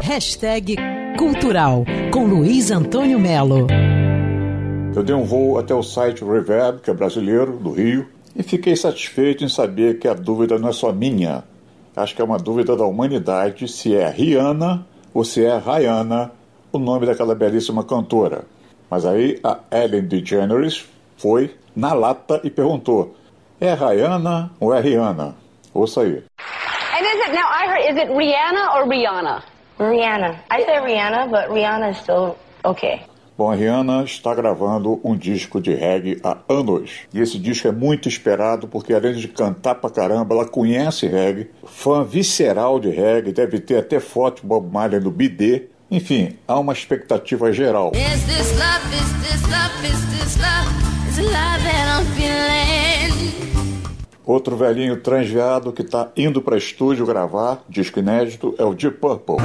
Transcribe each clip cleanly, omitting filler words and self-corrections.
#Cultural, com Luiz Antônio Melo. Eu dei um voo até o site Reverb, que é brasileiro, do Rio, e fiquei satisfeito em saber que a dúvida não é só minha. Acho que é uma dúvida da humanidade se é Rihanna ou se é Rihanna, o nome daquela belíssima cantora. Mas aí a Ellen DeGeneres foi na lata e perguntou: é Rihanna ou é Rihanna? Ouça aí. And is it Rihanna or Rihanna? Rihanna. I say Rihanna, but Rihanna is still okay. Bom, a Rihanna está gravando um disco de reggae há anos. E esse disco é muito esperado porque, além de cantar pra caramba, ela conhece reggae, fã visceral de reggae, deve ter até foto de Bob Marley no bidê. Enfim, há uma expectativa geral. Outro velhinho transviado que está indo para estúdio gravar disco inédito é o Deep Purple.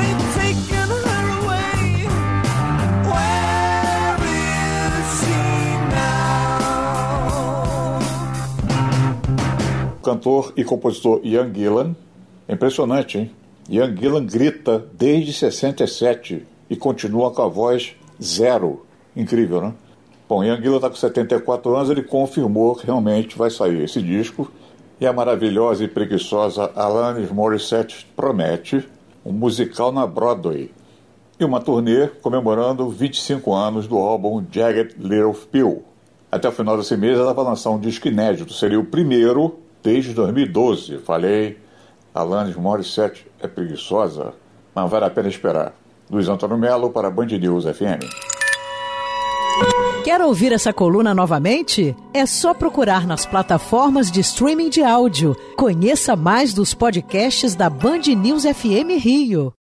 O cantor e compositor Ian Gillan, é impressionante, hein? Ian Gillan grita desde 67 e continua com a voz zero. Incrível, né? Bom, Ian Gillan está com 74 anos, ele confirmou que realmente vai sair esse disco. E a maravilhosa e preguiçosa Alanis Morissette promete um musical na Broadway. E uma turnê comemorando 25 anos do álbum Jagged Little Pill. Até o final desse mês ela vai lançar um disco inédito. Seria o primeiro desde 2012. Falei, Alanis Morissette é preguiçosa, mas vale a pena esperar. Luiz Antônio Melo para Band News FM. Quer ouvir essa coluna novamente? É só procurar nas plataformas de streaming de áudio. Conheça mais dos podcasts da Band News FM Rio.